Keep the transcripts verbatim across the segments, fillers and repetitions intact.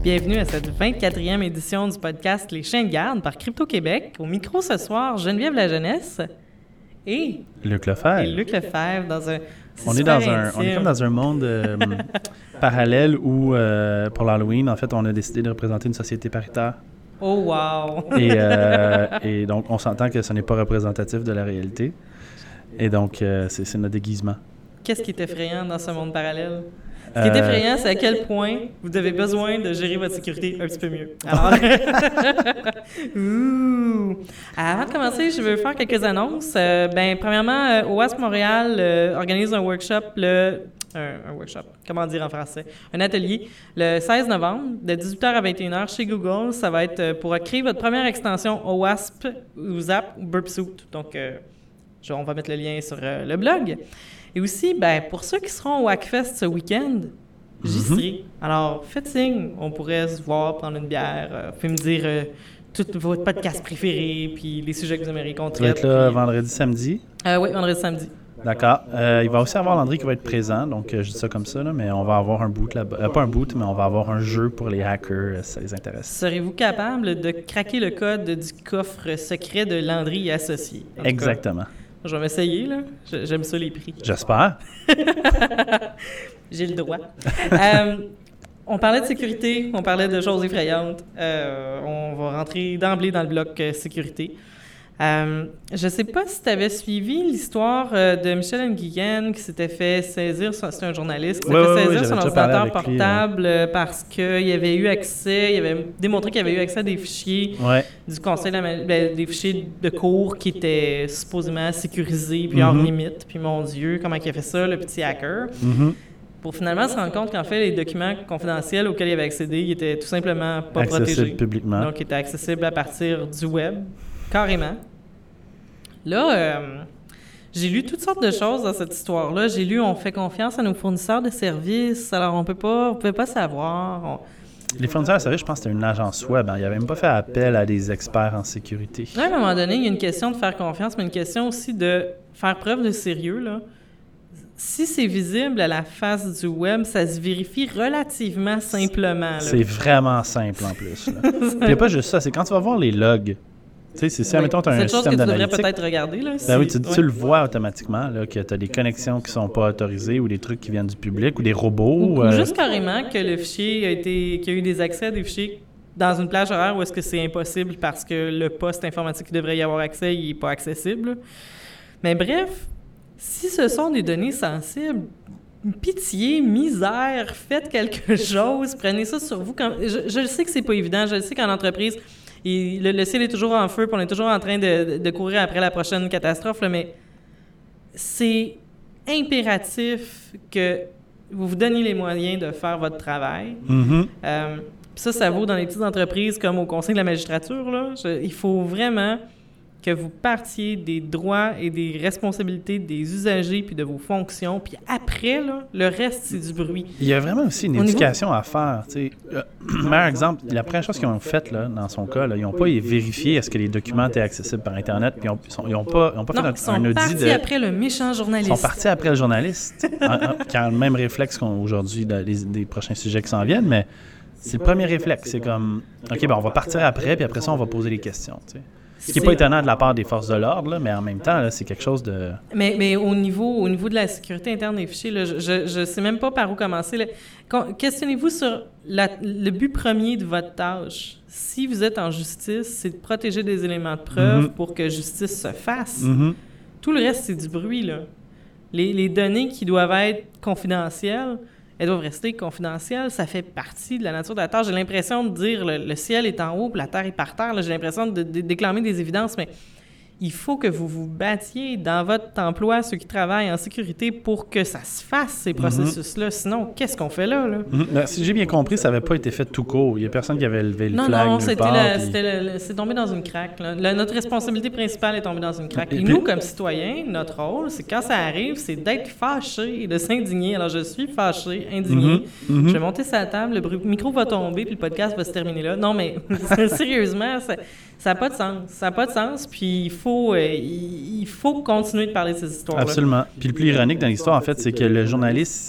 Bienvenue à cette vingt-quatrième édition du podcast Les Chiens de garde par Crypto-Québec. Au micro ce soir, Geneviève La Jeunesse et Luc Lefebvre. Et Luc Lefebvre dans un... On est, dans un, on est comme dans un monde euh, parallèle où, euh, pour l'Halloween, en fait, on a décidé de représenter une société paritaire. Oh, wow! Et, euh, et donc, on s'entend que ce n'est pas représentatif de la réalité. Et donc, euh, c'est, c'est notre déguisement. Qu'est-ce qui est effrayant dans ce monde parallèle? Ce qui est effrayant, c'est à quel point vous avez besoin de gérer votre sécurité un petit peu mieux. Alors, Ouh. Avant de commencer, je veux faire quelques annonces. Euh, ben, premièrement, euh, O A S P Montréal euh, organise un workshop, le, un, un workshop, comment dire en français, un atelier, le seize novembre, de dix-huit heures à vingt et une heures chez Google. Ça va être pour créer votre première extension O A S P ou Zap ou Burpsuit. Donc, euh, je, on va mettre le lien sur euh, le blog. Et aussi, ben, pour ceux qui seront au Hackfest ce week-end, j'y serai. Mm-hmm. Alors, faites signe. On pourrait se voir, prendre une bière. Euh, vous pouvez me dire euh, tout votre podcast préféré, puis les sujets que vous aimeriez qu'on traite. Tu vas être là puis... vendredi, samedi? Euh, oui, vendredi, samedi. D'accord. Euh, il va aussi avoir Landry qui va être présent, donc euh, je dis ça comme ça, là, mais on va avoir un boot là-bas. Euh, pas un boot, mais on va avoir un jeu pour les hackers, si ça les intéresse. Serez-vous capable de craquer le code du coffre secret de Landry et Associés? Exactement. Cas, je vais m'essayer, là. J'aime ça, les prix. J'espère. J'ai le droit. euh, on parlait de sécurité, on parlait de choses effrayantes. Euh, on va rentrer d'emblée dans le bloc euh, sécurité. Euh, je ne sais pas si tu avais suivi l'histoire euh, de Michel Nguyen qui s'était fait saisir, c'est un journaliste, qui s'est oui, fait oui, saisir oui, son ordinateur portable lui, hein. parce qu'il avait eu accès, il avait démontré qu'il avait eu accès à des fichiers ouais. du conseil, de la, ben, des fichiers de cours qui étaient supposément sécurisés puis hors mm-hmm. limite. Puis mon Dieu, comment il a fait ça, le petit hacker? Mm-hmm. Pour finalement se rendre compte qu'en fait, les documents confidentiels auxquels il avait accédé, ils étaient tout simplement pas accessible protégés. Publiquement. Donc, ils étaient accessibles à partir du web, carrément. Là, euh, j'ai lu toutes sortes de choses dans cette histoire-là. J'ai lu « On fait confiance à nos fournisseurs de services, alors on peut pas, on peut pas savoir. On... » Les fournisseurs de services, je pense que c'était une agence web. Hein. Ils n'avaient même pas fait appel à des experts en sécurité. Là, à un moment donné, il y a une question de faire confiance, mais une question aussi de faire preuve de sérieux, là. Si c'est visible à la face du web, ça se vérifie relativement simplement. Là. C'est vraiment simple en plus. Il n'y a pas juste ça, c'est quand tu vas voir les logs. Tu sais, c'est si, oui. admettons, tu as un système d'analytique. C'est une chose que tu devrais peut-être regarder. Là, si... Ben oui, tu, tu ouais. le vois automatiquement, là, que tu as des connexions qui ne sont pas autorisées ou des trucs qui viennent du public ou des robots. Ou, euh... ou juste carrément que le fichier a été, qu'il y a eu des accès à des fichiers dans une plage horaire où est-ce que c'est impossible parce que le poste informatique qui devrait y avoir accès, il n'est pas accessible. Mais bref, si ce sont des données sensibles, pitié, misère, faites quelque chose, prenez ça sur vous. Quand... Je, je sais que c'est pas évident, je sais qu'en entreprise, il, le, le ciel est toujours en feu, puis on est toujours en train de, de, de courir après la prochaine catastrophe, là, mais c'est impératif que vous vous donniez les moyens de faire votre travail. Mm-hmm. Euh, ça, ça vaut dans les petites entreprises comme au Conseil de la magistrature. Là. Je, il faut vraiment que vous partiez des droits et des responsabilités des usagers puis de vos fonctions. Puis après, là, le reste, c'est du bruit. Il y a vraiment aussi une Au éducation niveau... à faire. Euh, meilleur exemple, la première chose qu'ils ont faite là, dans son cas, là, ils n'ont pas vérifié est-ce que les documents étaient accessibles par Internet. Puis ils n'ont pas, ils ont pas non, fait un, ils sont un audit. Partis de... après le méchant journaliste. Ils sont partis après le journaliste, en, en, qui a le même réflexe qu'aujourd'hui dans les, des prochains sujets qui s'en viennent, mais c'est le premier réflexe. C'est comme, OK, ben on va partir après, puis après ça, on va poser des questions. Tu sais. Ce qui n'est pas étonnant de la part des forces de l'ordre, là, mais en même temps, là, c'est quelque chose de... Mais, mais au, niveau, au niveau de la sécurité interne des fichiers, là, je ne sais même pas par où commencer. Là. Questionnez-vous sur la, le but premier de votre tâche. Si vous êtes en justice, c'est de protéger des éléments de preuve mm-hmm. pour que justice se fasse. Mm-hmm. Tout le reste, c'est du bruit. Là. Les, les données qui doivent être confidentielles, elles doivent rester confidentielles. Ça fait partie de la nature de la tâche. J'ai l'impression de dire le, le ciel est en haut, puis la terre est par terre. Là, j'ai l'impression de, de, de déclamer des évidences, mais il faut que vous vous battiez dans votre emploi, ceux qui travaillent en sécurité, pour que ça se fasse, ces processus-là. Mm-hmm. Sinon, qu'est-ce qu'on fait là? là? Mm-hmm. Ben, si j'ai bien compris, ça n'avait pas été fait tout court. Il n'y a personne qui avait levé le non, flag. Non, non, c'était puis... le, c'est tombé dans une craque. Là. La, notre responsabilité principale est tombée dans une craque. Et, Et puis... nous, comme citoyens, notre rôle, c'est quand ça arrive, c'est d'être fâché et de s'indigner. Alors, je suis fâché, indigné. Mm-hmm. Mm-hmm. Je vais monter sur la table, le micro va tomber, puis le podcast va se terminer là. Non, mais sérieusement, ça n'a pas de sens. Ça n'a pas de sens, puis il faut... Euh, il faut continuer de parler de ces histoires-là. Absolument. Puis le plus ironique dans l'histoire, en fait, c'est que le journaliste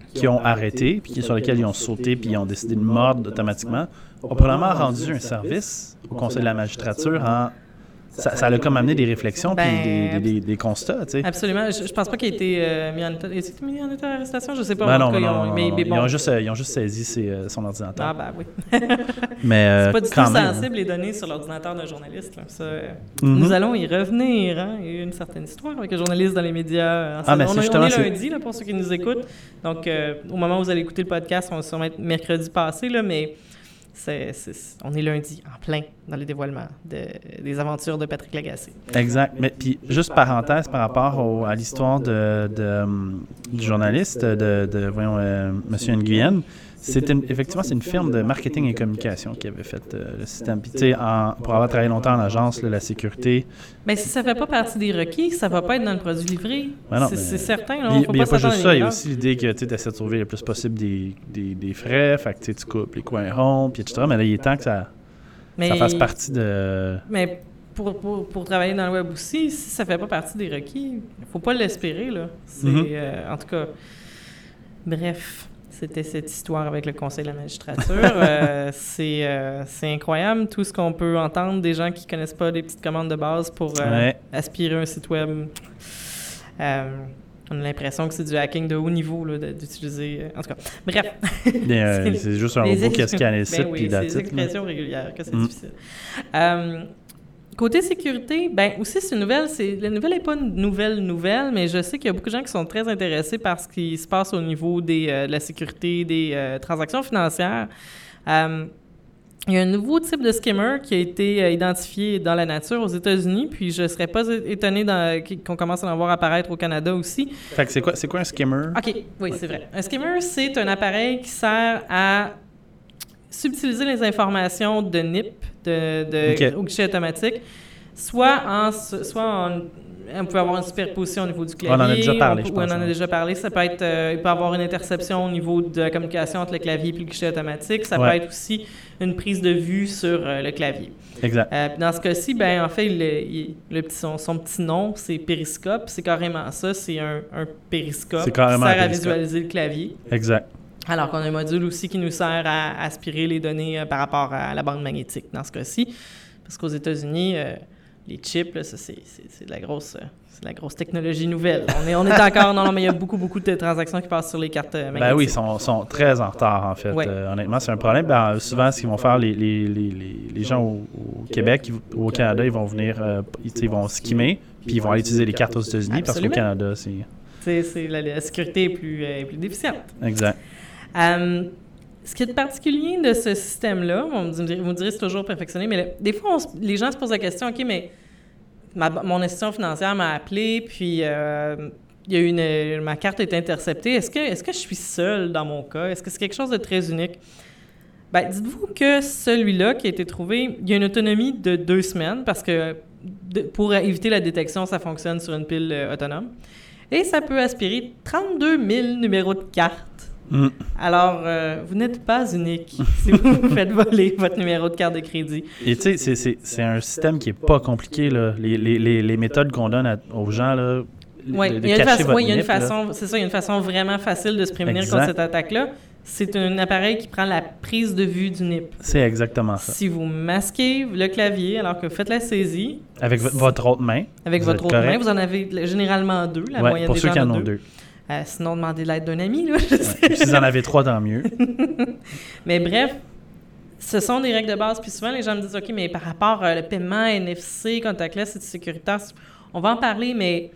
qui ont arrêté, puis sur lesquels ils ont sauté, puis ils ont décidé de mordre automatiquement, ont probablement rendu un service au Conseil de la magistrature en... Ça, ça a comme amené des réflexions Ben, puis des, des, des, des constats, tu sais. Absolument. Je, je pense pas qu'il ait été euh, mis en état... Est-il mis en état d'arrestation? Je sais pas. Ben en non, tout cas, non, ils ont, non, mais, non, mais ils, bon. ont juste, ils ont juste saisi ses, euh, son ordinateur. Ah ben oui. Mais euh, C'est pas du quand tout même, sensible les données sur l'ordinateur d'un journaliste. Là. Ça, euh, Mm-hmm. Nous allons y revenir. Hein? Il y a eu une certaine histoire avec un journaliste dans les médias. En Ah, mais on, c'est on justement, est c'est- lundi là, pour ceux qui nous écoutent. Donc, euh, au moment où vous allez écouter le podcast, on va sûrement être mercredi passé, là, mais c'est, c'est, on est lundi, en plein, dans les dévoilements de, des aventures de Patrick Lagacé. Exact. Mais puis, juste parenthèse par rapport au- à l'histoire de, de, um, du journaliste, de, de voyons, euh, M. Nguyen, c'est une, effectivement, c'est une firme de marketing et communication qui avait fait euh, le système. Puis, tu sais, en- pour avoir travaillé longtemps en agence, là, la sécurité, Mais si ça fait pas partie des requis, ça va pas être dans le produit livré. Ben non, c'est, mais- c'est certain. Là, il on n'y faut a pas s'attendre juste à ça, des il y a miracles. aussi l'idée que tu essaies de sauver le plus possible des, des, des frais, fait que tu sais, tu coupes les coins ronds, puis et cetera. Mais là, il est temps que ça, Mais- ça fasse partie de... Mais pour, pour, pour travailler dans le web aussi, si ça fait pas partie des requis, il faut pas l'espérer, là. C'est, Mhm. euh, en tout cas, bref, c'était cette histoire avec le Conseil de la magistrature. Euh, c'est, euh, c'est incroyable tout ce qu'on peut entendre des gens qui connaissent pas des petites commandes de base pour euh, Ouais. aspirer un site web. Euh, on a l'impression que c'est du hacking de haut niveau là, de- d'utiliser. euh, en tout cas, bref. Des, euh, C'est- c'est juste un Les robot qui a ex- scanné le Ben site, oui, puis c'est that's des it, là. expressions régulières que c'est Mm. difficile. Euh, côté sécurité, ben aussi c'est une nouvelle. C'est, la nouvelle n'est pas une nouvelle nouvelle, mais je sais qu'il y a beaucoup de gens qui sont très intéressés par ce qui se passe au niveau des, euh, de la sécurité des euh, transactions financières. Euh, il y a un nouveau type de skimmer qui a été euh, identifié dans la nature aux États-Unis, puis je ne serais pas é- étonné dans- qu'on commence à en voir apparaître au Canada aussi. Fait que c'est quoi, c'est quoi un skimmer? OK, oui, c'est vrai. Un skimmer, c'est un appareil qui sert à subtiliser les informations de N I P, de, de, OK. au guichet automatique, soit en, soit en... On peut avoir une superposition au niveau du clavier. On en a déjà parlé, on, je oui, pense, on en a hein. déjà parlé. Ça peut être... euh, il peut y avoir une interception au niveau de la communication entre le clavier et le guichet automatique. Ça Ouais. peut être aussi une prise de vue sur euh, le clavier. Exact. Euh, puis dans ce cas-ci, ben en fait, il, il- le petit, son, son petit nom, c'est périscope. C'est carrément ça. C'est un, un périscope C'est carrément qui un sert à périscope. visualiser le clavier. Exact. Alors qu'on a un module aussi qui nous sert à aspirer les données euh, par rapport à la bande magnétique dans ce cas-ci. Parce qu'aux États-Unis, euh, les chips, là, ça, c'est, c'est, c'est de la grosse... euh, c'est de la grosse technologie nouvelle. On est, on est encore... Non, non, mais il y a beaucoup, beaucoup de transactions qui passent sur les cartes euh, magnétiques. Ben oui, ils sont, sont très en retard, en fait. Ouais. Euh, honnêtement, c'est un problème. Ben, souvent, ce qu'ils vont faire, les, les, les, les, les gens au, au Québec ils- ou au Canada, ils vont venir, euh, ils, tu sais, ils vont skimmer, puis ils vont aller utiliser les cartes aux États-Unis, parce qu'au Absolument. Canada, c'est... C'est, c'est la, la sécurité est plus, euh, est plus déficiente. Exact. Euh, ce qui est de particulier de ce système-là, on me dit- vous me direz que c'est toujours perfectionné, mais là, des fois, on se- les gens se posent la question, OK, mais ma, mon institution financière m'a appelé, puis euh, il y a une, ma carte est interceptée. Est-ce que, est-ce que je suis seule dans mon cas? Est-ce que c'est quelque chose de très unique? Ben, dites-vous que celui-là qui a été trouvé, il y a une autonomie de deux semaines parce que de- pour éviter la détection, ça fonctionne sur une pile euh, autonome. Et ça peut aspirer trente-deux mille numéros de carte. Mm. Alors, euh, vous n'êtes pas unique si vous vous faites voler votre numéro de carte de crédit. Et tu sais, c'est- c'est c'est un système qui est pas compliqué, là. Les, les, les, les méthodes qu'on donne à- aux gens, là, Oui, de, de il y a une, cacher façon, votre oui, il y a une N I P, là. façon, c'est ça, il y a une façon vraiment facile de se prémunir Exact. contre cette attaque-là. C'est un appareil qui prend la prise de vue du N I P. C'est exactement ça. Si vous masquez le clavier alors que vous faites la saisie, Avec vo- votre autre main. avec vous votre êtes autre main, correct. vous en avez généralement deux, la Ouais, moyenne pour des ceux gens qui en en a ont deux. deux. Euh, sinon, demandez l'aide d'un ami, là, je sais. Ouais. Si vous en avez trois, tant mieux. Mais bref, ce sont des règles de base. Puis souvent, les gens me disent, OK, mais par rapport au paiement, N F C, contactless, c'est sécuritaire. On va en parler, mais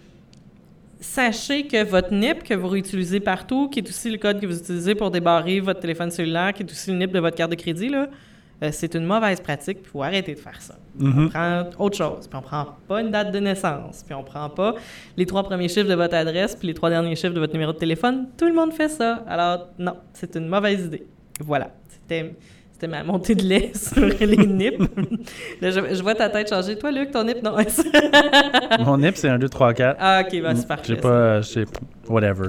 sachez que votre N I P que vous réutilisez partout, qui est aussi le code que vous utilisez pour débarrer votre téléphone cellulaire, qui est aussi le N I P de votre carte de crédit, là, euh, c'est une mauvaise pratique, puis il faut arrêter de faire ça. On Mhm. prend autre chose, puis on prend pas une date de naissance, puis on prend pas les trois premiers chiffres de votre adresse, puis les trois derniers chiffres de votre numéro de téléphone. Tout le monde fait ça. Alors, non, c'est une mauvaise idée. Voilà. C'était... C'était ma montée de lait sur les N I P. Là, je, je vois ta tête changer. Toi, Luc, ton N I P, non? Mon N I P, c'est un, deux, trois, quatre. Ah, OK, ben, c'est parfait. J'ai pas... j'ai- Whatever.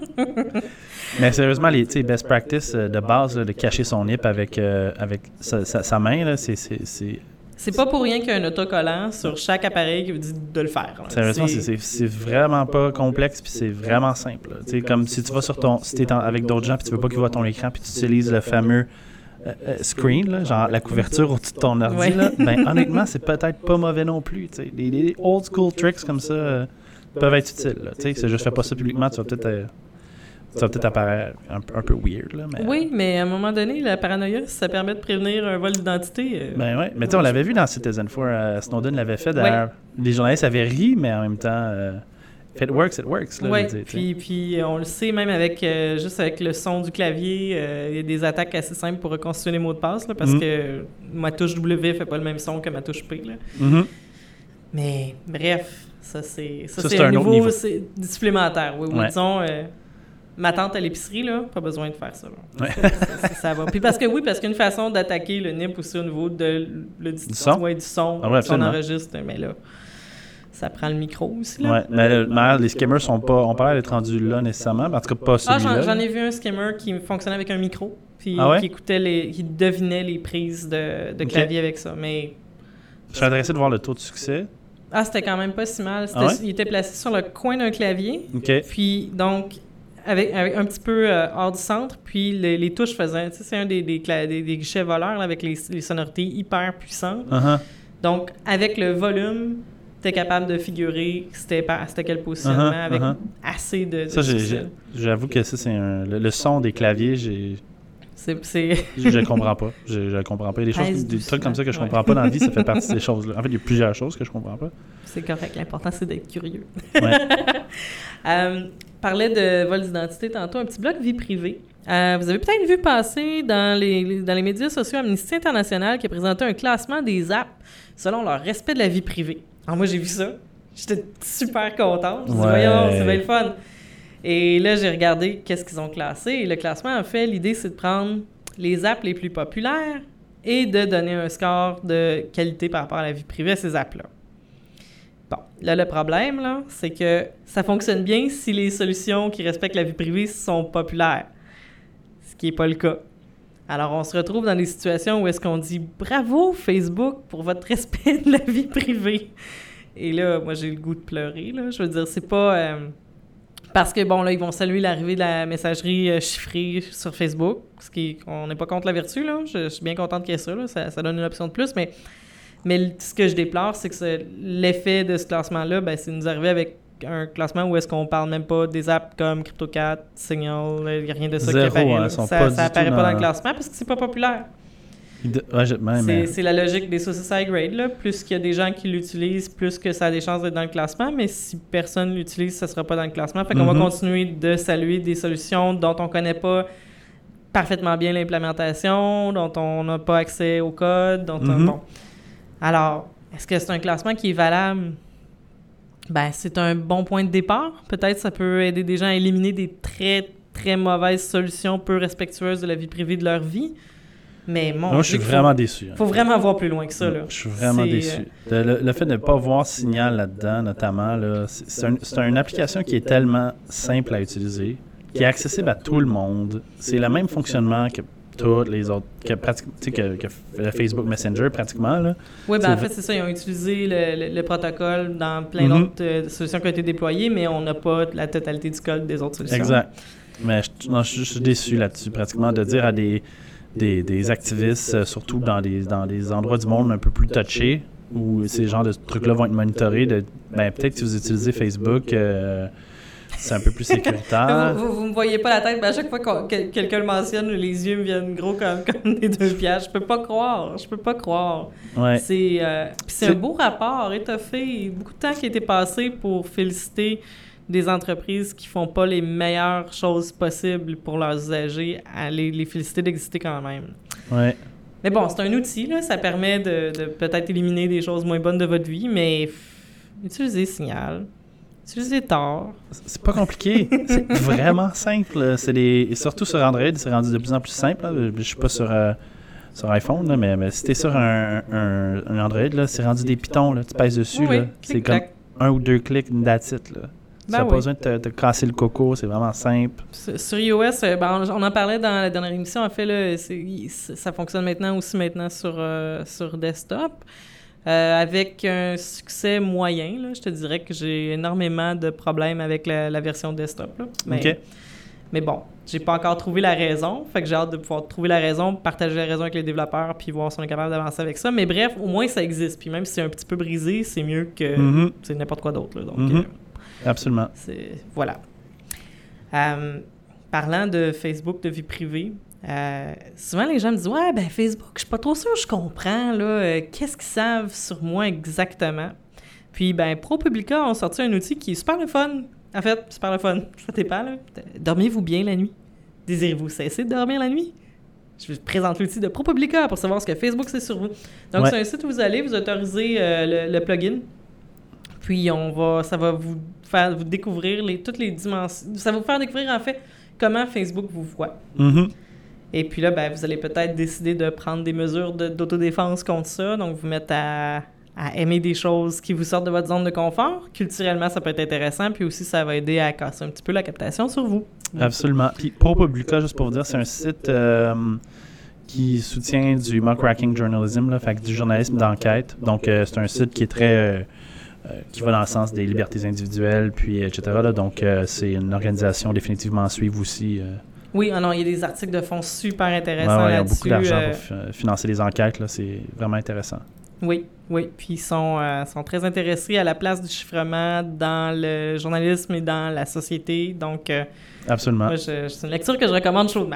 Mais sérieusement, les tu sais, best practice euh, de base, là, de cacher son N I P avec, euh, avec sa, sa- sa main, là, c'est... c'est- c'est- C'est pas pour rien qu'il y a un autocollant sur chaque appareil qui vous dit de le faire. Là. Sérieusement, c'est, c'est, c'est vraiment pas complexe puis c'est vraiment simple. Tu sais, comme si tu vas sur ton... Si t'es en, avec d'autres gens puis tu veux pas qu'ils voient ton écran puis tu utilises le fameux euh, euh, screen, là, genre la couverture au-dessus de ton ordi, ouais. là, ben honnêtement, c'est peut-être pas mauvais non plus. Tu sais. Les, les old school tricks comme ça euh, peuvent être utiles. Là, tu sais, c'est juste fais pas ça publiquement, tu vas peut-être... Euh, Ça va peut-être apparaître un, un peu weird, là. Mais... Oui, mais à un moment donné, la paranoïa, si ça permet de prévenir un vol d'identité... Euh... Ben oui, mais tu sais, on l'avait vu dans Citizen four, euh, Snowden l'avait fait, d'ailleurs. Ouais. Les journalistes avaient ri, mais en même temps, euh, if it works, it works. Oui, puis, puis on le sait, même avec euh, juste avec le son du clavier, euh, il y a des attaques assez simples pour reconstituer les mots de passe, là, parce mm. que ma touche W fait pas le même son que ma touche P, là. Mm-hmm. Mais bref, ça c'est, ça, ça, c'est, c'est un, un niveau, niveau. C'est supplémentaire. Oui, oui, ouais. disons... Euh, ma tante à l'épicerie, là, pas besoin de faire ça. Là. Ouais. ça, ça, ça va. Puis parce que oui, parce qu'une façon d'attaquer le N I P aussi au niveau de, le, du, du son, ouais, du son, ah ouais, son enregistre, mais là, ça prend le micro aussi. Là. Ouais, mais, le, mais les skimmers sont pas, on parlait d'être rendu là nécessairement, mais en tout cas pas celui-là. Ah, j'en, j'en ai vu un skimmer qui fonctionnait avec un micro, puis ah ouais? qui écoutait les, qui devinait les prises de, de clavier okay. avec ça, mais... Je suis intéressé de voir le taux de succès. Ah, c'était quand même pas si mal. Ah ouais? Il était placé sur le coin d'un clavier, okay. puis donc... Avec, avec un petit peu euh, hors du centre, puis les, les touches faisaient... Tu sais, c'est un des, des, des, des guichets voleurs là, avec les, les sonorités hyper puissantes. Uh-huh. Donc, avec le volume, tu es capable de figurer c'était, c'était quel positionnement, uh-huh, avec uh-huh. assez de... de ça, j'ai, j'ai, j'avoue que ça, c'est un... Le, le son des claviers, j'ai... C'est, c'est... je ne comprends pas. Je ne comprends pas. Il y a des, choses, des trucs comme ça que je ne comprends pas dans la vie, ça fait partie de ces choses-là. En fait, il y a plusieurs choses que je ne comprends pas. C'est correct. L'important, c'est d'être curieux. Ouais. euh, parlais de vol d'identité tantôt, un petit bloc vie privée. Euh, vous avez peut-être vu passer dans les, dans les médias sociaux Amnesty International qui a présenté un classement des apps selon leur respect de la vie privée. Alors moi, j'ai vu ça. J'étais super contente. Je me suis dit, voyons, c'est bien le fun. Et là, j'ai regardé qu'est-ce qu'ils ont classé. Et le classement, en fait, l'idée, c'est de prendre les apps les plus populaires et de donner un score de qualité par rapport à la vie privée à ces apps-là. Bon, là, le problème, là, c'est que ça fonctionne bien si les solutions qui respectent la vie privée sont populaires, ce qui n'est pas le cas. Alors, on se retrouve dans des situations où est-ce qu'on dit « Bravo, Facebook, pour votre respect de la vie privée! » Et là, moi, j'ai le goût de pleurer, là. Je veux dire, c'est pas... Euh, parce que, bon, là, ils vont saluer l'arrivée de la messagerie euh, chiffrée sur Facebook, ce qui on n'est pas contre la vertu, là. Je, je suis bien contente qu'il y ait ça, là. Ça, ça donne une option de plus, mais... Mais ce que je déplore, c'est que c'est, l'effet de ce classement-là, ben, c'est nous arriver avec un classement où est-ce qu'on parle même pas des apps comme CryptoCat, Signal, il n'y a rien de ça Zéro, qui apparaît. Hein, ça n'apparaît pas dans... dans le classement parce que c'est pas populaire. De... Ouais, je... même, c'est, mais... c'est la logique des saucisses high grade, là. Plus qu'il y a des gens qui l'utilisent, plus que ça a des chances d'être dans le classement, mais si personne l'utilise, ça sera pas dans le classement. Fait qu'on mm-hmm. va continuer de saluer des solutions dont on connaît pas parfaitement bien l'implémentation, dont on n'a pas accès au code, dont mm-hmm. on... Bon. Alors, est-ce que c'est un classement qui est valable? Ben, c'est un bon point de départ. Peut-être ça peut aider des gens à éliminer des très, très mauvaises solutions peu respectueuses de la vie privée de leur vie. Mais mon Moi, je suis faut, vraiment déçu. Il faut vraiment voir plus loin que ça. Là. Je suis vraiment c'est, déçu. Euh... Le, le fait de ne pas voir Signal là-dedans, notamment, là, c'est, c'est, un, c'est une application qui est tellement simple à utiliser, qui est accessible à tout le monde. C'est le même fonctionnement que toutes les autres, que, que, que, que le Facebook Messenger pratiquement. Là. Oui, ben en fait, c'est ça. Ils ont utilisé le, le, le protocole dans plein mm-hmm. d'autres euh, solutions qui ont été déployées, mais on n'a pas la totalité du code des autres solutions. Exact. Mais je, non, je, je suis déçu là-dessus, pratiquement, de dire à des, des, des activistes, euh, surtout dans des, dans des endroits du monde un peu plus touchés, où ces genres de trucs-là vont être monitorés, de, ben, peut-être si vous utilisez Facebook... Euh, c'est un peu plus sécuritaire. vous ne me voyez pas la tête, mais à chaque fois que quelqu'un le mentionne, les yeux me viennent gros comme, comme des deux pièges. Je peux pas croire. Je peux pas croire. Ouais. C'est, euh, c'est, c'est un beau rapport étoffé. Beaucoup de temps qui a été passé pour féliciter des entreprises qui font pas les meilleures choses possibles pour leurs usagers, à les, les féliciter d'exister quand même. Ouais. Mais bon, c'est un outil, là. Ça permet de, de peut-être éliminer des choses moins bonnes de votre vie, mais utilisez Signal. Utilisez Tor. C'est pas compliqué. C'est vraiment simple. C'est des... Et surtout sur Android, c'est rendu de plus en plus simple. Là. Je suis pas sur, euh, sur iPhone, là, mais, mais si t'es sur un, un, un Android, là, c'est rendu des pitons. Là. Tu pèses dessus. Oui, là. C'est comme un ou deux clics, une that's it, là. Ben tu n'as oui. pas besoin de te, te casser le coco, c'est vraiment simple. Sur, sur iOS, ben, on en parlait dans la dernière émission. En fait, là, c'est, ça fonctionne maintenant aussi maintenant sur, euh, sur desktop. Euh, avec un succès moyen, là, je te dirais que j'ai énormément de problèmes avec la, la version desktop. Là. Mais, OK. mais bon, j'ai pas encore trouvé la raison. Fait que j'ai hâte de pouvoir trouver la raison, partager la raison avec les développeurs, puis voir si on est capable d'avancer avec ça. Mais bref, au moins ça existe. Puis même si c'est un petit peu brisé, c'est mieux que Mm-hmm. c'est n'importe quoi d'autre. Là. Donc, Mm-hmm. euh, Absolument. c'est, voilà. Euh, parlant de Facebook, de vie privée, euh, souvent les gens me disent « Ouais, ben Facebook, je suis pas trop sûre, je comprends, là, euh, qu'est-ce qu'ils savent sur moi exactement? » Puis, ben, ProPublica ont sorti un outil qui est super le fun. En fait, super le fun. Ça t'est pas, là. Dormez-vous bien la nuit? Désirez-vous cesser de dormir la nuit? Je vous présente l'outil de ProPublica pour savoir ce que Facebook sait sur vous. Donc, Ouais. c'est un site où vous allez, vous autorisez euh, le, le plugin. Puis, on va, ça va vous faire vous découvrir les, toutes les dimensions. Ça va vous faire découvrir, en fait, comment Facebook vous voit. Mm-hmm. Et puis là, ben, vous allez peut-être décider de prendre des mesures de, d'autodéfense contre ça. Donc, vous mettre à, à aimer des choses qui vous sortent de votre zone de confort. Culturellement, ça peut être intéressant. Puis aussi, ça va aider à casser un petit peu la captation sur vous. Absolument. Puis ProPublica, juste pour vous dire, c'est un site euh, qui soutient du muckraking journalism, là, fait que du journalisme d'enquête. Donc, euh, c'est un site qui est très... Euh, euh, qui va dans le sens des libertés individuelles, puis et cetera. Là, donc, euh, c'est une organisation définitivement à suivre aussi. Euh. Oui, ah non, il y a des articles de fond super intéressants Ouais, ouais, ils ont là-dessus. beaucoup d'argent euh, pour fi- financer les enquêtes. Là, c'est vraiment intéressant. Oui, oui. Puis ils sont, euh, sont très intéressés à la place du chiffrement dans le journalisme et dans la société. Donc, euh, Absolument. moi, je, c'est une lecture que je recommande chaudement.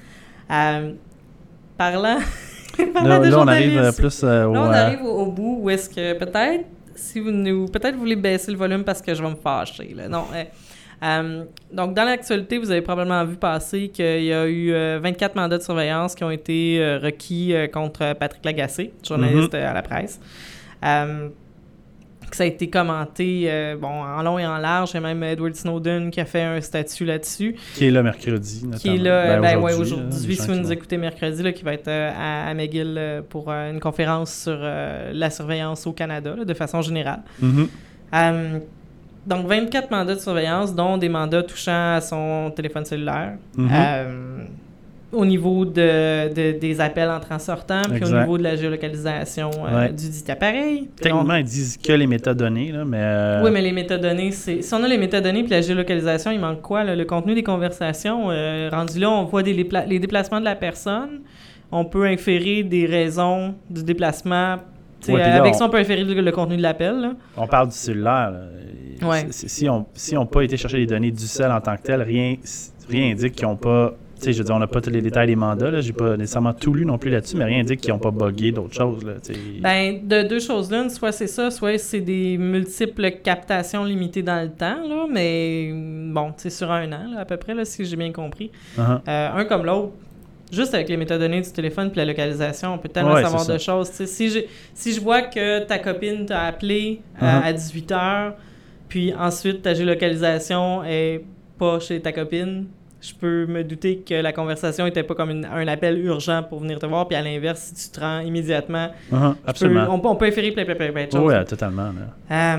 Euh, parlant, parlant Là, de là on arrive euh, journalisme, plus euh, au... là, on euh, arrive au, au bout où est-ce que peut-être, si vous nous, peut-être vous voulez baisser le volume parce que je vais me fâcher. Là. Non, euh, euh, donc, dans l'actualité, vous avez probablement vu passer qu'il y a eu euh, vingt-quatre mandats de surveillance qui ont été euh, requis euh, contre Patrick Lagacé, journaliste Mm-hmm. euh, à la presse. Euh, que ça a été commenté euh, bon, en long et en large. Il y a même Edward Snowden qui a fait un statut là-dessus. Qui est là mercredi, notamment. Qui est là, Ben, ben, ouais, aujourd'hui, aujourd'hui, là, les gens si vous qui nous vont- écoutez mercredi, là, qui va être euh, à, à McGill euh, pour euh, une conférence sur euh, la surveillance au Canada, là, de façon générale. Mhm. Euh, donc, vingt-quatre mandats de surveillance, dont des mandats touchant à son téléphone cellulaire. Mhm. Euh, au niveau de, de- des appels entrants-sortants, puis au Exact. niveau de la géolocalisation euh, Ouais. du dit appareil. Techniquement, ils disent que les métadonnées, là, mais... euh, Oui, mais les métadonnées, c'est... Si on a les métadonnées puis la géolocalisation, il manque quoi, là? Le contenu des conversations, euh, rendu là, on voit des, dépla- les déplacements de la personne. On peut inférer des raisons du déplacement. Tu sais, Ouais, puis là, avec on- ça, on peut inférer le, le contenu de l'appel, là. On parle du cellulaire. là. Ouais. C'est- Si on si on n'a pas été chercher les données du cell en tant que tel, rien, rien indique qu'ils n'ont pas... Tu sais, je veux dire, on n'a pas tous les détails des mandats. Là. J'ai pas nécessairement tout lu non plus là-dessus, mais rien indique qu'ils n'ont pas buggé d'autres choses. Là, tu sais. Ben, de deux choses l'une, soit c'est ça, soit c'est des multiples captations limitées dans le temps, là, mais bon, c'est sur un an, là, à peu près, là, si j'ai bien compris. Uh-huh. Euh, un comme l'autre, juste avec les métadonnées du téléphone puis la localisation, on peut tellement Ouais, savoir c'est de ça. choses. Tu sais, si, j'ai- si je vois que ta copine t'a appelé euh, Uh-huh. à dix-huit heures, puis ensuite ta géolocalisation est pas chez ta copine, je peux me douter que la conversation était pas comme une- un appel urgent pour venir te voir, puis à l'inverse, si tu te rends immédiatement, Uh-huh. je peux- Absolument. on, peut- on peut inférer plein, plein, plein, plein de choses. Oui, totalement. Là. Euh,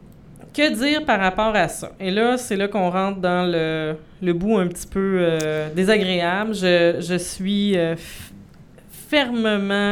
que dire par rapport à ça? Et là, c'est là qu'on rentre dans le, le bout un petit peu euh, désagréable. Je, je suis euh, f- fermement,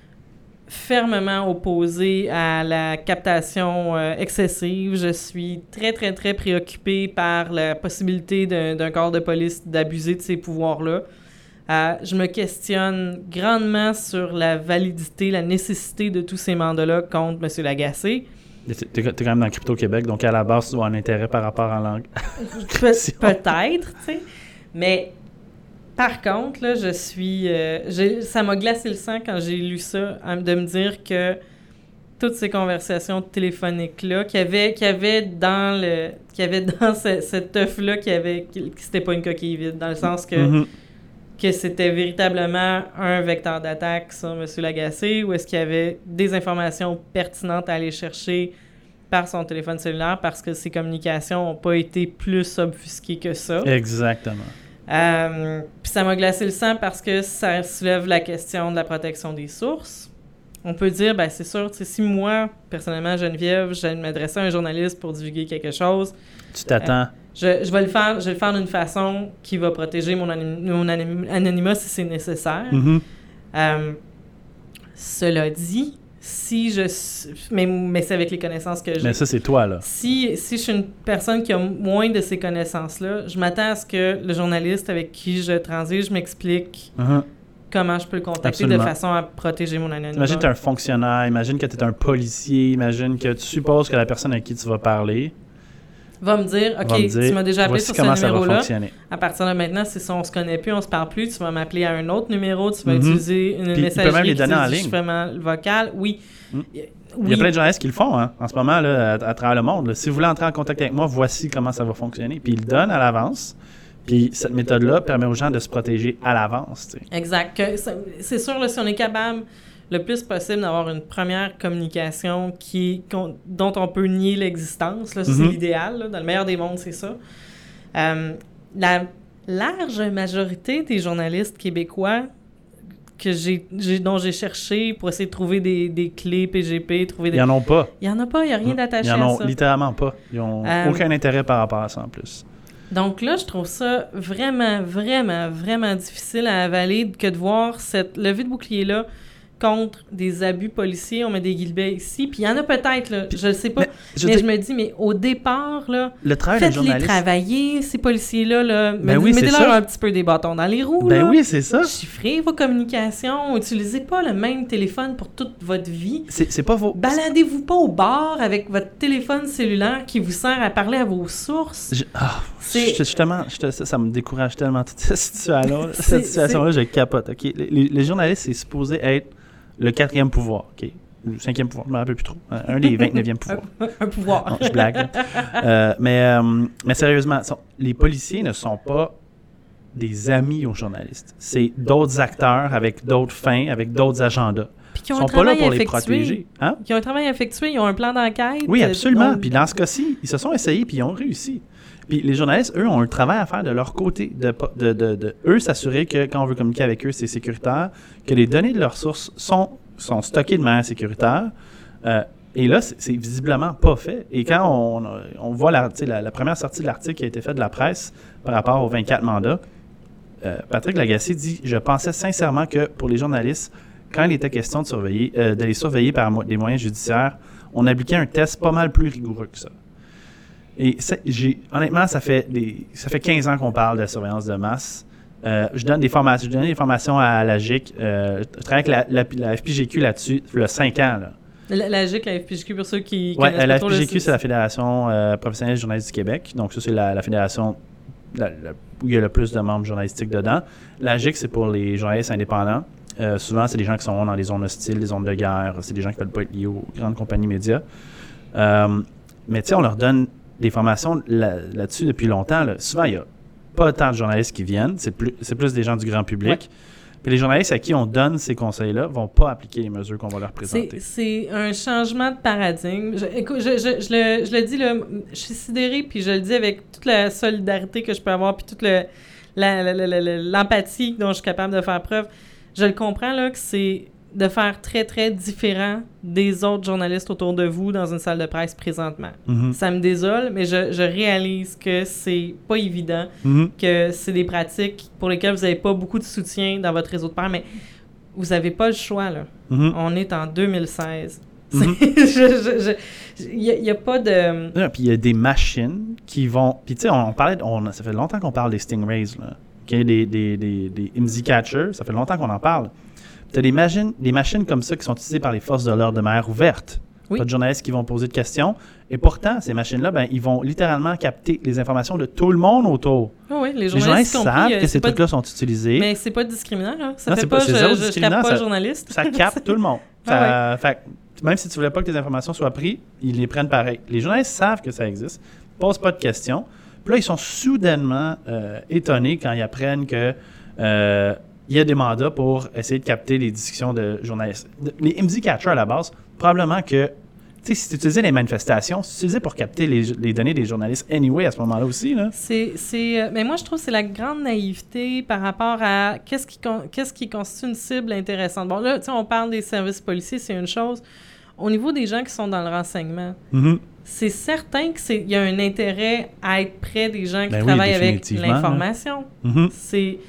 fermement opposée à la captation euh, excessive. Je suis très, très, très préoccupée par la possibilité d'un, d'un corps de police d'abuser de ces pouvoirs-là. Euh, je me questionne grandement sur la validité, la nécessité de tous ces mandats-là contre M. Lagacé. T'es, t'es quand même dans Crypto-Québec, donc à la base, tu dois avoir un intérêt par rapport à langue. Pe- peut-être, tu sais. Mais par contre, là, je suis... euh, j'ai- ça m'a glacé le sang quand j'ai lu ça, hein, de me dire que toutes ces conversations téléphoniques-là, qu'il y avait, qu'il y avait dans le... qu'il y avait dans ce- cet œuf-là, qu'il y avait... que c'était pas une coquille vide, dans le sens que... Mhm. que c'était véritablement un vecteur d'attaque sur M. Lagacé, ou est-ce qu'il y avait des informations pertinentes à aller chercher par son téléphone cellulaire parce que ses communications n'ont pas été plus obfusquées que ça. Exactement. Euh, Puis ça m'a glacé le sang parce que ça soulève la question de la protection des sources. On peut dire, ben c'est sûr, tu sais, si moi, personnellement, Geneviève, je m'adressais à un journaliste pour divulguer quelque chose, Tu t'attends. je, je vais le faire, je vais le faire d'une façon qui va protéger mon, anim- mon anim- anonymat si c'est nécessaire. Mhm. Euh, cela dit, si je... Mais, mais c'est avec les connaissances que j'ai. Mais ça, c'est toi, là. Si, si je suis une personne qui a moins de ces connaissances-là, je m'attends à ce que le journaliste avec qui je transige m'explique Uh-huh. comment je peux le contacter Absolument. de façon à protéger mon anonymat. Imagine que tu es un fonctionnaire, imagine que tu es un policier, imagine que tu supposes que la personne avec qui tu vas parler Va me dire, OK, va me dire, tu m'as déjà appelé voici sur comment ce ça va numéro-là. fonctionner. À partir de maintenant, c'est ça, on se connaît plus, on se parle plus, tu vas m'appeler à un autre numéro, tu vas Mm-hmm. utiliser une Puis, il peut messagerie même les qui donner en utilise ligne. vraiment le vocal. Oui. Mm. Oui. Il y a plein de journalistes qui le font, hein, en ce moment, là, à, à travers le monde. Là. Si vous voulez entrer en contact avec moi, voici comment ça va fonctionner. Puis, ils le donnent à l'avance. Puis, cette méthode-là permet aux gens de se protéger à l'avance. Tu sais. Exact. Que ça- c'est sûr, là, si on est capable le plus possible d'avoir une première communication qui, qu'on- dont on peut nier l'existence, là, ça, c'est Mhm. l'idéal. Là. Dans le meilleur des mondes, c'est ça. Euh, la large majorité des journalistes québécois que j'ai, j'ai, dont j'ai cherché pour essayer de trouver des, des clés P G P, trouver des... Ils n'en ont pas. Il n'y en a pas, il n'y a rien Ils d'attaché n'en à ont ça. littéralement pas. Ils n'ont Euh, aucun intérêt par rapport à ça en plus. Donc là, je trouve ça vraiment, vraiment, vraiment difficile à avaler que de voir cette levée de bouclier-là contre des abus policiers. On met des guillemets ici. Puis il y en a peut-être, là, je ne sais pas. Mais, je Mais veux je dire, me dis, mais au départ, là, le travail d'un faites-les journaliste... travailler, ces policiers-là. Là. Ben oui, c'est Mettez-leur ça. un petit peu des bâtons dans les roues. Ben là. oui, c'est ça. Chiffrez vos communications. Utilisez pas le même téléphone pour toute votre vie. C'est, c'est pas vos... Baladez-vous pas au bar avec votre téléphone cellulaire qui vous sert à parler à vos sources. Je, ah, C'est- je- je suis tellement, je te- ça, ça me décourage tellement toute cette situation-là. C'est- Cette situation-là, je capote. Ok, les, les- les journalistes, c'est supposé être le quatrième pouvoir, ok, le cinquième pouvoir, je ne me rappelle plus trop, un des vingt-neuvième pouvoirs. Un pouvoir. Non, je blague. là. Euh, mais, euh, mais sérieusement, sont- les policiers ne sont pas des amis aux journalistes. C'est d'autres acteurs avec d'autres fins, avec d'autres agendas. Puis qui Ils ont sont un pas là travail pour les effectué. protéger. Hein? Qui ont un travail effectué, ils ont un plan d'enquête. Oui, euh, absolument. donc- Puis dans ce cas-ci, ils se sont essayés puis ils ont réussi. Puis les journalistes, eux, ont un travail à faire de leur côté, de, pas- de, de, de eux s'assurer que quand on veut communiquer avec eux, c'est sécuritaire, que les données de leurs sources sont, sont stockées de manière sécuritaire. Euh, et là, c'est, c'est visiblement pas fait. Et quand on, on voit la, tu sais, la, la première sortie de l'article qui a été faite de la presse par rapport aux vingt-quatre mandats, euh, Patrick Lagacé dit « Je pensais sincèrement que pour les journalistes, quand il était question de, surveiller, euh, de les surveiller par mo- des moyens judiciaires, on appliquait un test pas mal plus rigoureux que ça. » Et ça, j'ai, honnêtement, ça fait, des, ça fait quinze ans qu'on parle de la surveillance de masse. Euh, je donne des formations, je donne des formations à la G I C. Euh, je travaille avec la, la, la F P G Q là-dessus, il y a cinq ans. Là. La, la G I C, la F P J Q, pour ceux qui Ouais, connaissent la pas trop F P G le Q, c'est la Fédération euh, professionnelle des journalistes du Québec. Donc, ça, c'est la, la fédération la, la, où il y a le plus de membres journalistiques dedans. La G I C, c'est pour les journalistes indépendants. Euh, souvent, c'est des gens qui sont dans des zones hostiles, des zones de guerre. C'est des gens qui ne veulent pas être liés aux grandes compagnies médias. Euh, mais tu sais, on leur donne des formations là, là-dessus depuis longtemps. Là. Souvent, il n'y a pas tant de journalistes qui viennent. C'est plus, c'est plus des gens du grand public. Ouais. Puis les journalistes à qui on donne ces conseils-là ne vont pas appliquer les mesures qu'on va leur présenter. C'est, c'est un changement de paradigme. Je, écoute, je, je, je, le, je le dis, là, je suis sidérée, puis je le dis avec toute la solidarité que je peux avoir, puis toute le, la, la, la, la, la- l'empathie dont je suis capable de faire preuve. Je le comprends, là, que c'est de faire très, très différent des autres journalistes autour de vous dans une salle de presse présentement. Mhm. Ça me désole, mais je, je réalise que c'est pas évident, Mhm. que c'est des pratiques pour lesquelles vous n'avez pas beaucoup de soutien dans votre réseau de pairs, mais vous n'avez pas le choix, là. Mhm. On est en deux mille seize. Mhm. Il n'y a, a pas de... Non, puis il y a des machines qui vont. Puis tu sais, on, on parlait, de- on, ça fait longtemps qu'on parle des Stingrays, là. OK, des, des, des, des I M S I catchers, ça fait longtemps qu'on en parle. Tu as des machines, des machines comme ça qui sont utilisées par les forces de l'ordre de mer ouvertes. Oui. Pas de journalistes qui vont poser de questions. Et pourtant, ces machines-là, ben, ils vont littéralement capter les informations de tout le monde autour. Ah oui, les Les journalistes, journalistes compris, savent euh, que c'est ces pas- trucs-là sont utilisés. Mais c'est pas discriminant, là. Ça Non, fait c'est pas, pas- c'est je, zéro je, je discriminant, tape pas ça- journaliste. Ça capte tout le monde. Ça, Ah fait que même si tu voulais pas que tes informations soient prises, ils les prennent pareil. Les journalistes savent que ça existe, ne posent pas de questions. Puis là, ils sont soudainement euh, étonnés quand ils apprennent que euh, il y a des mandats pour essayer de capter les discussions de journalistes. De- Les I M S I catchers, à la base, probablement que, tu sais, si tu utilisais les manifestations, c'est utilisé pour capter les, les données des journalistes anyway à ce moment-là aussi, là. C'est, c'est, euh, mais moi, je trouve que c'est la grande naïveté par rapport à qu'est-ce qui, con- qu'est-ce qui constitue une cible intéressante. Bon, là, tu sais, on parle des services policiers, c'est une chose. Au niveau des gens qui sont dans le renseignement, Mhm. c'est certain qu'il y a un intérêt à être près des gens qui Ben oui, travaillent avec définitivement, l'information. Mhm. C'est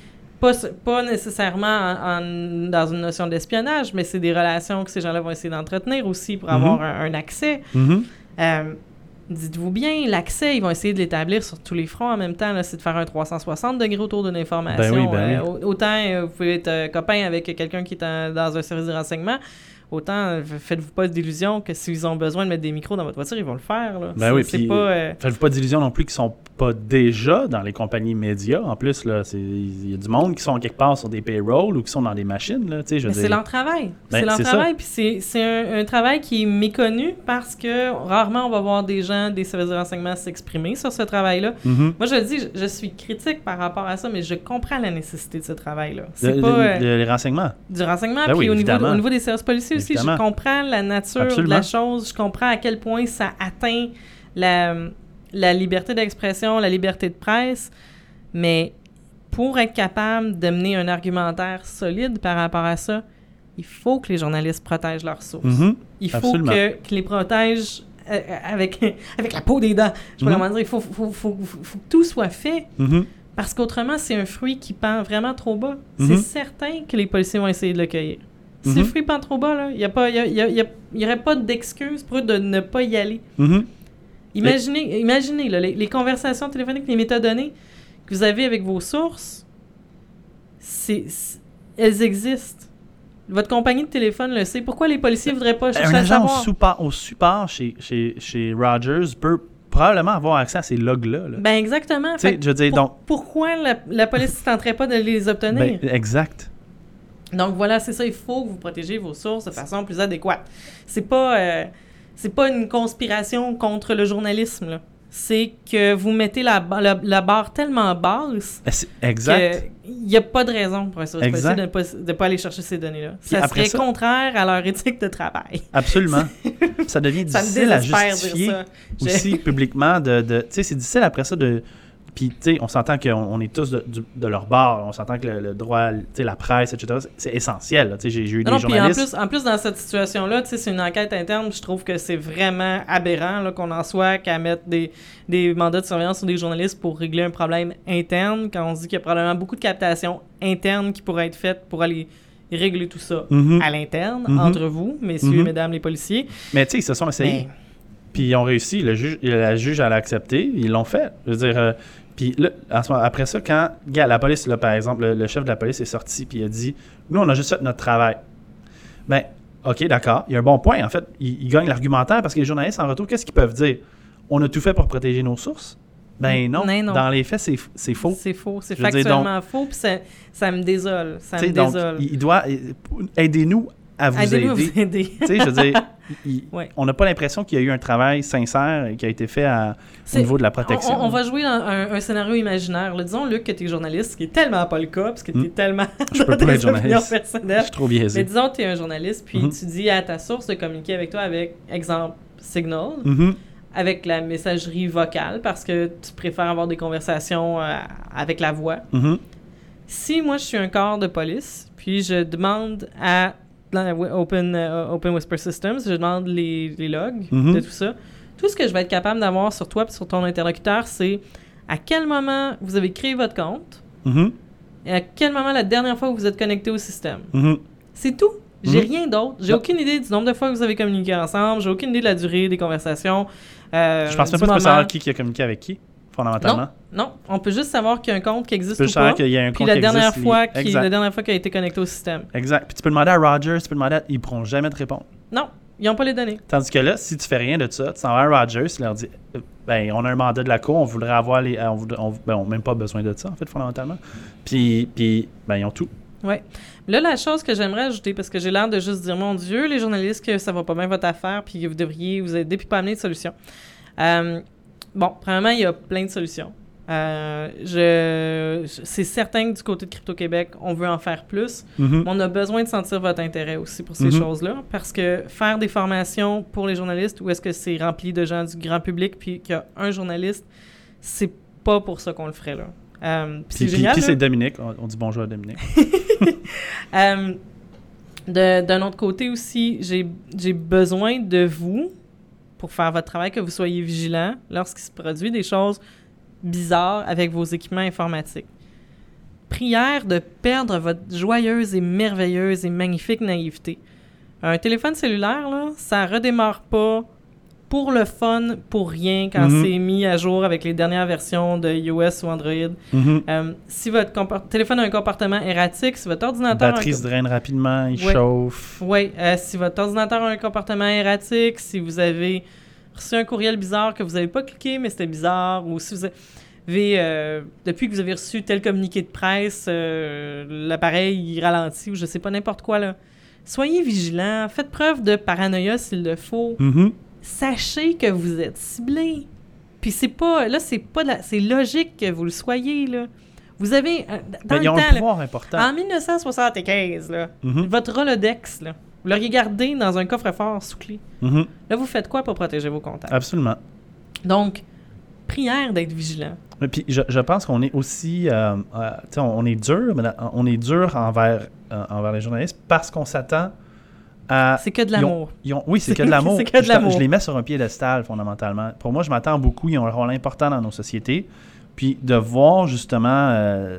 pas, pas nécessairement en, en, dans une notion d'espionnage, mais c'est des relations que ces gens-là vont essayer d'entretenir aussi pour avoir mm-hmm. un, un accès. Mm-hmm. Euh, dites-vous bien, l'accès, ils vont essayer de l'établir sur tous les fronts en même temps. Là, c'est de faire un trois cent soixante degrés autour d'une information. Ben oui, ben euh, oui. Autant euh, vous pouvez être euh, copain avec quelqu'un qui est en, dans un service de renseignement, autant euh, faites-vous pas d'illusions que s'ils ont besoin de mettre des micros dans votre voiture, ils vont le faire. Là. Ben c'est, oui, c'est puis pas, euh... faites-vous pas d'illusions non plus qu'ils sont pas déjà dans les compagnies médias. En plus, là, c'est il y a du monde qui sont quelque part sur des payrolls ou qui sont dans des machines. Là, je Mais veux c'est dire. leur travail. Ben, c'est leur c'est travail, puis c'est, c'est un, un travail qui est méconnu parce que rarement on va voir des gens des services de renseignement s'exprimer sur ce travail-là. Mm-hmm. Moi, je le dis, je, je suis critique par rapport à ça, mais je comprends la nécessité de ce travail-là. C'est Le, pas... le, euh, le, les renseignements. Du renseignement, Ben puis oui, au, niveau, évidemment. au niveau des services policiers aussi, Évidemment. je comprends la nature Absolument. de la chose, je comprends à quel point ça atteint la, la liberté d'expression, la liberté de presse, mais pour être capable de mener un argumentaire solide par rapport à ça, il faut que les journalistes protègent leurs sources. Mm-hmm. Il faut Absolument. que, qu'ils les protègent euh, avec, avec la peau des dents. Je sais Mm-hmm. pas comment dire, il faut, faut, faut, faut, faut que tout soit fait. Mm-hmm. Parce qu'autrement, c'est un fruit qui pend vraiment trop bas. Mm-hmm. C'est certain que les policiers vont essayer de le cueillir. Si Mm-hmm. le fruit pend trop bas, il n'y aurait pas d'excuse pour eux de ne pas y aller. Mm-hmm. Imaginez, imaginez là, les, les conversations téléphoniques, les métadonnées que vous avez avec vos sources, c'est, c'est, elles existent. Votre compagnie de téléphone le sait. Pourquoi les policiers ne voudraient pas chercher Un à agent savoir? au support, au support chez, chez, chez Rogers peut probablement avoir accès à ces logs-là. Là. Ben exactement. Tu sais, Fait que je veux dire, pour- donc... pourquoi la, la police ne tenterait pas de les obtenir? Ben, exact. Donc voilà, c'est ça, il faut que vous protégez vos sources de façon plus adéquate. C'est pas, euh, c'est pas une conspiration contre le journalisme, là. C'est que vous mettez la, ba- la, la barre tellement basse Ben, c'est- Exact. qu'il n'y a pas de raison pour un service policier Exact. de ne pas, de pas aller chercher ces données-là. Puis Ça après serait ça- contraire à leur éthique de travail. Absolument. Ça devient Ça me difficile à désespère justifier dire ça. Je- aussi publiquement. De, de, tu sais, c'est difficile après ça de... Puis, tu sais, on s'entend qu'on on est tous de, du- de leur bord. On s'entend que le, le droit, tu sais, la presse, et cetera, c'est, c'est essentiel. là. Tu sais, j'ai, j'ai eu Non, des non, puis en journalistes... plus, en plus, dans cette situation-là, tu sais, c'est une enquête interne. Je trouve que c'est vraiment aberrant là, qu'on en soit qu'à mettre des, des mandats de surveillance sur des journalistes pour régler un problème interne, quand on se dit qu'il y a probablement beaucoup de captations internes qui pourraient être faites pour aller régler tout ça Mhm. à l'interne, Mhm. entre vous, messieurs et Mhm. mesdames les policiers. Mais tu sais, ils se sont essayés. Mais Puis ils ont réussi. Le juge, la juge, elle a accepté. Ils l'ont fait. Je veux dire... euh, puis là, à ce moment- après ça, quand gars, la police, là, par exemple, le, le chef de la police est sorti puis il a dit « Nous, on a juste fait notre travail. » Ben, OK, d'accord. Il y a un bon point. En fait, il, il gagne l'argumentaire parce que les journalistes, en retour, qu'est-ce qu'ils peuvent dire? On a tout fait pour protéger nos sources? Ben non. Non, non. Dans les faits, c'est, c'est faux. c'est faux, c'est Je veux dire, factuellement faux, puis ça, ça me désole, ça Tu me sais, donc, désole. il, il doit... Aidez-nous à vous Aidez-nous à aider. vous aider. Tu sais, je veux dire, il- Ouais. on n'a pas l'impression qu'il y a eu un travail sincère et qui a été fait à, au C'est- niveau de la protection. On, on va jouer dans un, un scénario imaginaire. Là, disons, Luc, que tu es journaliste, ce qui est tellement pas le cas, parce que tu es Mm. tellement Je dans peux pas tes être journaliste. opinions Je personnelles. suis trop Mais biaisé. disons que tu es un journaliste, puis Mhm. tu dis à ta source de communiquer avec toi avec, exemple, Signal, Mhm. avec la messagerie vocale, parce que tu préfères avoir des conversations euh, avec la voix. Mhm. Si moi, je suis un corps de police, puis je demande à dans la Open, euh, Open Whisper Systems, je demande les, les logs Mhm. de tout ça, tout ce que je vais être capable d'avoir sur toi et sur ton interlocuteur, c'est à quel moment vous avez créé votre compte Mhm. et à quel moment la dernière fois que vous êtes connecté au système. Mhm. C'est tout. J'ai Mhm. rien d'autre. J'ai Non. aucune idée du nombre de fois que vous avez communiqué ensemble. J'ai aucune idée de la durée des conversations. euh, Je pense même du pas que tu peux moment. savoir qui, qui a communiqué avec qui, fondamentalement. Non, on peut juste savoir qu'il y a un compte qui existe Tu peux ou savoir pas. qu'il y a un Puis compte la qui dernière, existe, fois il- qui, exact. la dernière fois qu'il a été connecté au système. Exact. Puis tu peux demander à Rogers, tu peux demander à... Ils ne pourront jamais te répondre. Non, ils n'ont pas les données. Tandis que là, si tu fais rien de ça, tu s'en vas à Rogers, tu leur dis euh, ben, on a un mandat de la Cour, on voudrait avoir les. On voudrait- on- ben, on n'a même pas besoin de ça, en fait, fondamentalement. Puis, puis ben, ils ont tout. Oui. Là, la chose que j'aimerais ajouter, parce que j'ai l'air de juste dire, mon Dieu, les journalistes, que ça va pas bien votre affaire, puis que vous devriez vous aider, puis pas amener de solution. Euh, bon, premièrement, il y a plein de solutions. Euh, je, je- c'est certain que du côté de Crypto-Québec, on veut en faire plus, Mhm. mais on a besoin de sentir votre intérêt aussi pour ces Mhm. choses-là, parce que faire des formations pour les journalistes, où est-ce que c'est rempli de gens du grand public, puis qu'il y a un journaliste, c'est pas pour ça qu'on le ferait, là. Euh, puis Puis, c'est puis- génial, puis là. c'est Dominique. On, on dit bonjour à Dominique. Euh, de- d'un autre côté aussi, j'ai, j'ai besoin de vous pour faire votre travail, que vous soyez vigilants lorsqu'il se produit des choses bizarres avec vos équipements informatiques. prière de perdre votre joyeuse et merveilleuse et magnifique naïveté. Un téléphone cellulaire, là, ça redémarre pas pour le fun, pour rien, quand mm-hmm. c'est mis à jour avec les dernières versions de iOS ou Android. Mm-hmm. Euh, si votre comport- téléphone a un comportement erratique, si votre ordinateur... La batterie un... se draine rapidement, il ouais. chauffe. Oui, euh, si votre ordinateur a un comportement erratique, si vous avez reçu un courriel bizarre que vous n'avez pas cliqué, mais c'était bizarre, ou si vous avez... Euh, depuis que vous avez reçu tel communiqué de presse, euh, l'appareil il ralentit, ou je sais pas, n'importe quoi, là. Soyez vigilants, faites preuve de paranoïa s'il le faut. Mm-hmm. Sachez que vous êtes ciblé. Puis c'est pas... Là, c'est pas... La, c'est logique que vous le soyez, là. Vous avez... Dans ben, le ils ont temps, un pouvoir là, important. En dix-neuf cent soixante-quinze, là, mm-hmm. votre Rolodex, là, vous l'auriez gardé dans un coffre-fort sous clé. Mm-hmm. Là, vous faites quoi pour protéger vos contacts? Absolument. Donc, prière d'être vigilant. Mais puis, je, je pense qu'on est aussi... Euh, euh, tu sais, on, on est dur, mais on est dur envers, euh, envers les journalistes parce qu'on s'attend... À, c'est que de l'amour. Ils ont, ils ont, oui, c'est, c'est que de l'amour. c'est que de l'amour. Je, je les mets sur un piédestal, fondamentalement. Pour moi, je m'attends beaucoup. Ils ont un rôle important dans nos sociétés. Puis de voir, justement, euh,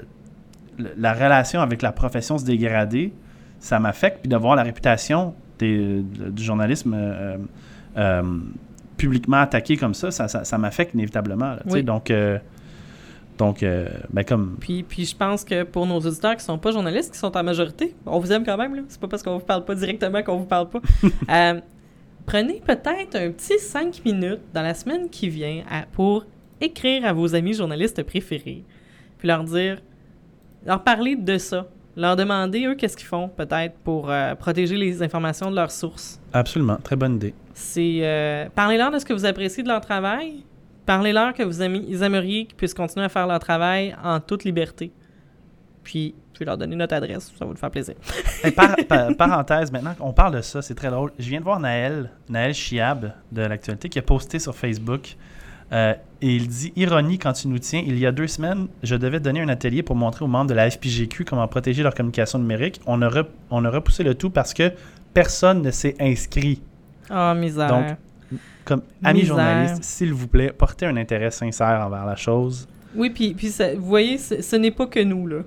la relation avec la profession se dégrader, ça m'affecte. Puis de voir la réputation des, du journalisme euh, euh, publiquement attaqué comme ça, ça, ça, ça m'affecte inévitablement. Là, oui. Donc... Euh, Donc, euh, ben comme... Puis, puis je pense que pour nos auditeurs qui sont pas journalistes, qui sont en majorité, on vous aime quand même, là. C'est pas parce qu'on vous parle pas directement qu'on vous parle pas. euh, prenez peut-être un petit cinq minutes dans la semaine qui vient à, pour écrire à vos amis journalistes préférés. Puis leur dire... Leur parler de ça. Leur demander, eux, qu'est-ce qu'ils font, peut-être, pour euh, protéger les informations de leurs sources. Absolument. Très bonne idée. C'est... Euh, parlez-leur de ce que vous appréciez de leur travail. Parlez-leur que vous aimez, ils aimeriez qu'ils puissent continuer à faire leur travail en toute liberté. Puis, je vais leur donner notre adresse, ça va vous faire plaisir. Hey, par, par, parenthèse, maintenant qu'on parle de ça, c'est très drôle. Je viens de voir Naël, Naël Chiab de l'Actualité, qui a posté sur Facebook, euh, et il dit « Ironie quand tu nous tiens, il y a deux semaines, je devais donner un atelier pour montrer aux membres de la F P G Q comment protéger leur communication numérique. On a, rep, on a repoussé le tout parce que personne ne s'est inscrit. » Oh, misère. Donc, comme amis Misère. journalistes, s'il vous plaît, portez un intérêt sincère envers la chose. Oui, puis, puis ça, vous voyez, ce n'est pas que nous, là.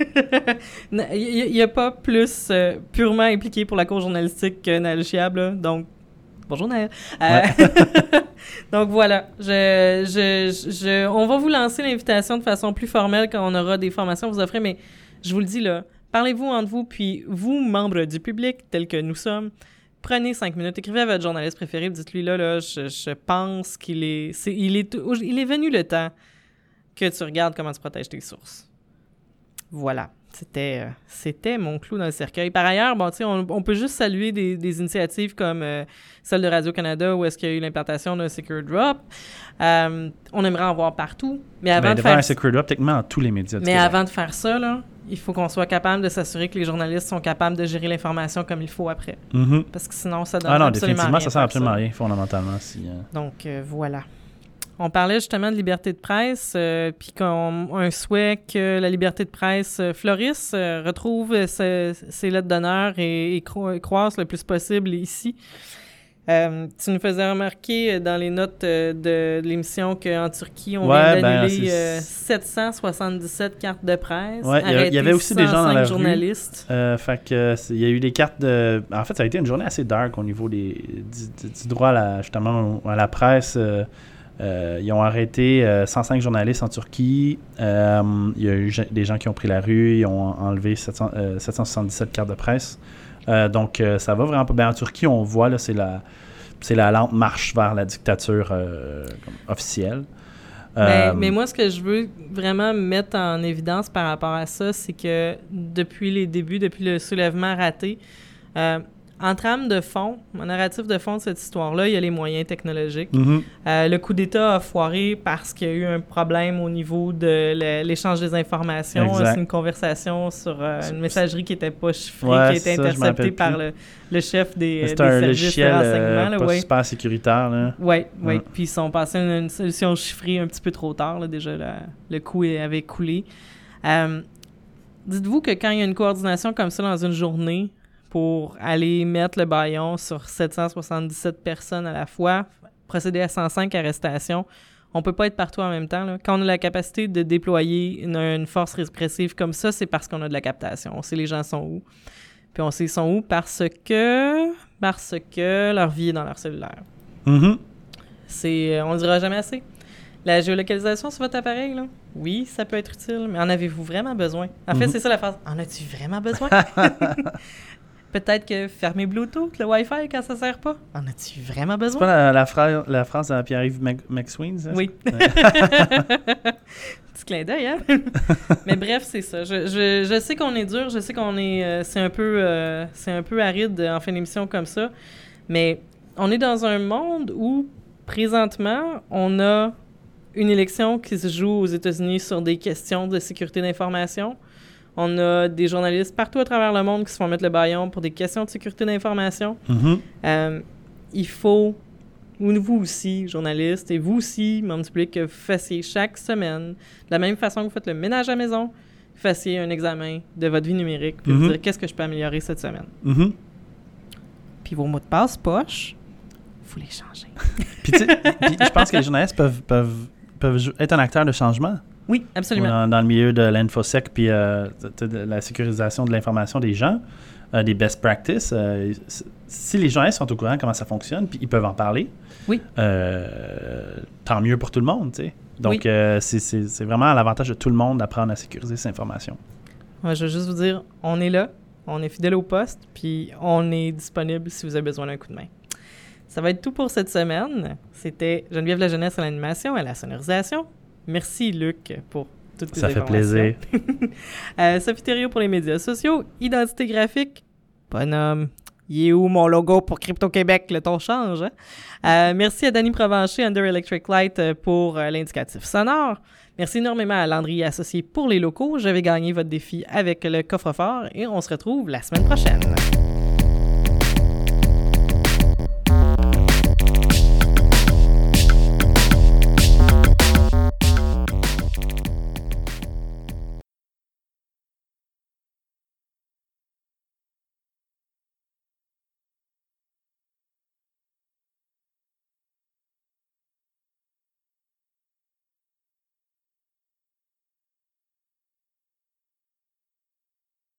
Il n'y a, a pas plus euh, purement impliqué pour la cour journalistique que Naël Chiab, là. Donc, bonjour Naël. Euh, ouais. Donc voilà, je, je, je, on va vous lancer l'invitation de façon plus formelle quand on aura des formations à vous offrir, mais je vous le dis, là, parlez-vous entre vous, puis vous, membres du public, tels que nous sommes, prenez cinq minutes, écrivez à votre journaliste préféré, dites-lui là, là je, je pense qu'il est, c'est, il est... Il est venu le temps que tu regardes comment tu protèges tes sources. Voilà. C'était, euh, c'était mon clou dans le cercueil. Par ailleurs, bon, on, on peut juste saluer des, des initiatives comme euh, celle de Radio-Canada où est-ce qu'il y a eu l'implantation d'un Secure Drop. Euh, on aimerait en voir partout. Mais avant ben, de faire un Secure Drop, techniquement, dans tous les médias. Mais avant de faire ça, là, il faut qu'on soit capable de s'assurer que les journalistes sont capables de gérer l'information comme il faut après. Mm-hmm. Parce que sinon, ça donne ah non, absolument définitivement, rien. Ça sert absolument à rien, fondamentalement. Si, euh... Donc, euh, voilà. On parlait justement de liberté de presse, euh, puis qu'on un souhait que la liberté de presse euh, florisse, euh, retrouve ses, ses lettres d'honneur et, et cro- croisse le plus possible ici. Euh, tu nous faisais remarquer dans les notes euh, de, de l'émission qu'en Turquie, on ouais, vient d'annuler ben, euh, sept cent soixante-dix-sept cartes de presse. Ouais, il y, y avait aussi des gens dans la journalistes. rue. Euh, fait que il y a eu des cartes de. En fait, ça a été une journée assez dark au niveau des du, du droit à la, justement à la presse. Euh, Euh, ils ont arrêté euh, cent cinq journalistes en Turquie. Euh, il y a eu des gens qui ont pris la rue. Ils ont enlevé sept cents, euh, sept cent soixante-dix-sept cartes de presse. Euh, donc, euh, ça va vraiment pas bien. En Turquie, on voit, là, c'est la, c'est la lente marche vers la dictature euh, comme officielle. Euh, mais, mais euh, moi, ce que je veux vraiment mettre en évidence par rapport à ça, c'est que depuis les débuts, depuis le soulèvement raté, euh, en trame de fond, en narratif de fond de cette histoire-là, il y a les moyens technologiques. Mm-hmm. Euh, le coup d'État a foiré parce qu'il y a eu un problème au niveau de l'échange des informations. Exact. C'est une conversation sur euh, une messagerie qui n'était pas chiffrée, ouais, qui a été interceptée par le, le chef des, des services de renseignement. C'est un pas super sécuritaire. Oui, oui. Puis ils sont passés à une, une solution chiffrée un petit peu trop tard. Là, déjà, là, le coup avait coulé. Euh, dites-vous que quand il y a une coordination comme ça dans une journée, pour aller mettre le bâillon sur sept cent soixante-dix-sept personnes à la fois, procéder à cent cinq arrestations, On peut pas être partout en même temps. Là. Quand on a la capacité de déployer une, une force répressive comme ça, c'est parce qu'on a de la captation. On sait les gens sont où. Puis on sait ils sont où parce que parce que leur vie est dans leur cellulaire. Mm-hmm. C'est, on le dira jamais assez. La géolocalisation sur votre appareil, là, oui, ça peut être utile, mais en avez-vous vraiment besoin? En fait, mm-hmm. c'est ça la phrase. En as-tu vraiment besoin? Peut-être que fermer Bluetooth, le Wi-Fi, quand ça sert pas. En as-tu vraiment besoin? C'est pas la, la, fra- la phrase de Pierre-Yves McSween, ça? Oui. Petit clin d'œil, hein? Mais bref, c'est ça. Je, je, je sais qu'on est dur, je sais qu'on est... Euh, c'est, un peu, euh, c'est un peu aride en fin d'émission comme ça, mais on est dans un monde où, présentement, on a une élection qui se joue aux États-Unis sur des questions de sécurité d'information. On a des journalistes partout à travers le monde qui se font mettre le bâillon pour des questions de sécurité d'information. Mm-hmm. Euh, il faut, vous aussi, journalistes, et vous aussi, membres du public, que vous fassiez chaque semaine, de la même façon que vous faites le ménage à la maison, vous fassiez un examen de votre vie numérique, puis mm-hmm. vous dire qu'est-ce que je peux améliorer cette semaine. Mm-hmm. Puis vos mots de passe poche, il faut les changer. Puis tu sais, je pense que les journalistes peuvent, peuvent, peuvent être un acteur de changement. Oui, absolument. Dans, dans le milieu de l'infosec puis euh, de, de la sécurisation de l'information des gens, euh, des best practices. Euh, si les journalistes sont au courant de comment ça fonctionne, puis ils peuvent en parler, oui. euh, tant mieux pour tout le monde, tu sais. Donc, oui. euh, c'est, c'est, c'est vraiment à l'avantage de tout le monde d'apprendre à sécuriser ces informations. Ouais, je veux juste vous dire, on est là, on est fidèle au poste, puis on est disponible si vous avez besoin d'un coup de main. Ça va être tout pour cette semaine. C'était Geneviève La Jeunesse à l'animation et à la sonorisation. Merci, Luc, pour toutes tes Ça informations. Ça fait plaisir. euh, Sophie Thériault pour les médias sociaux. Identité graphique. Bonhomme. Il est où mon logo pour Crypto-Québec? Le ton change. Hein? Euh, merci à Danny Provencher, Under Electric Light, pour euh, l'indicatif sonore. Merci énormément à Landry Associé pour les locaux. J'avais gagné votre défi avec le coffre-fort et on se retrouve la semaine prochaine.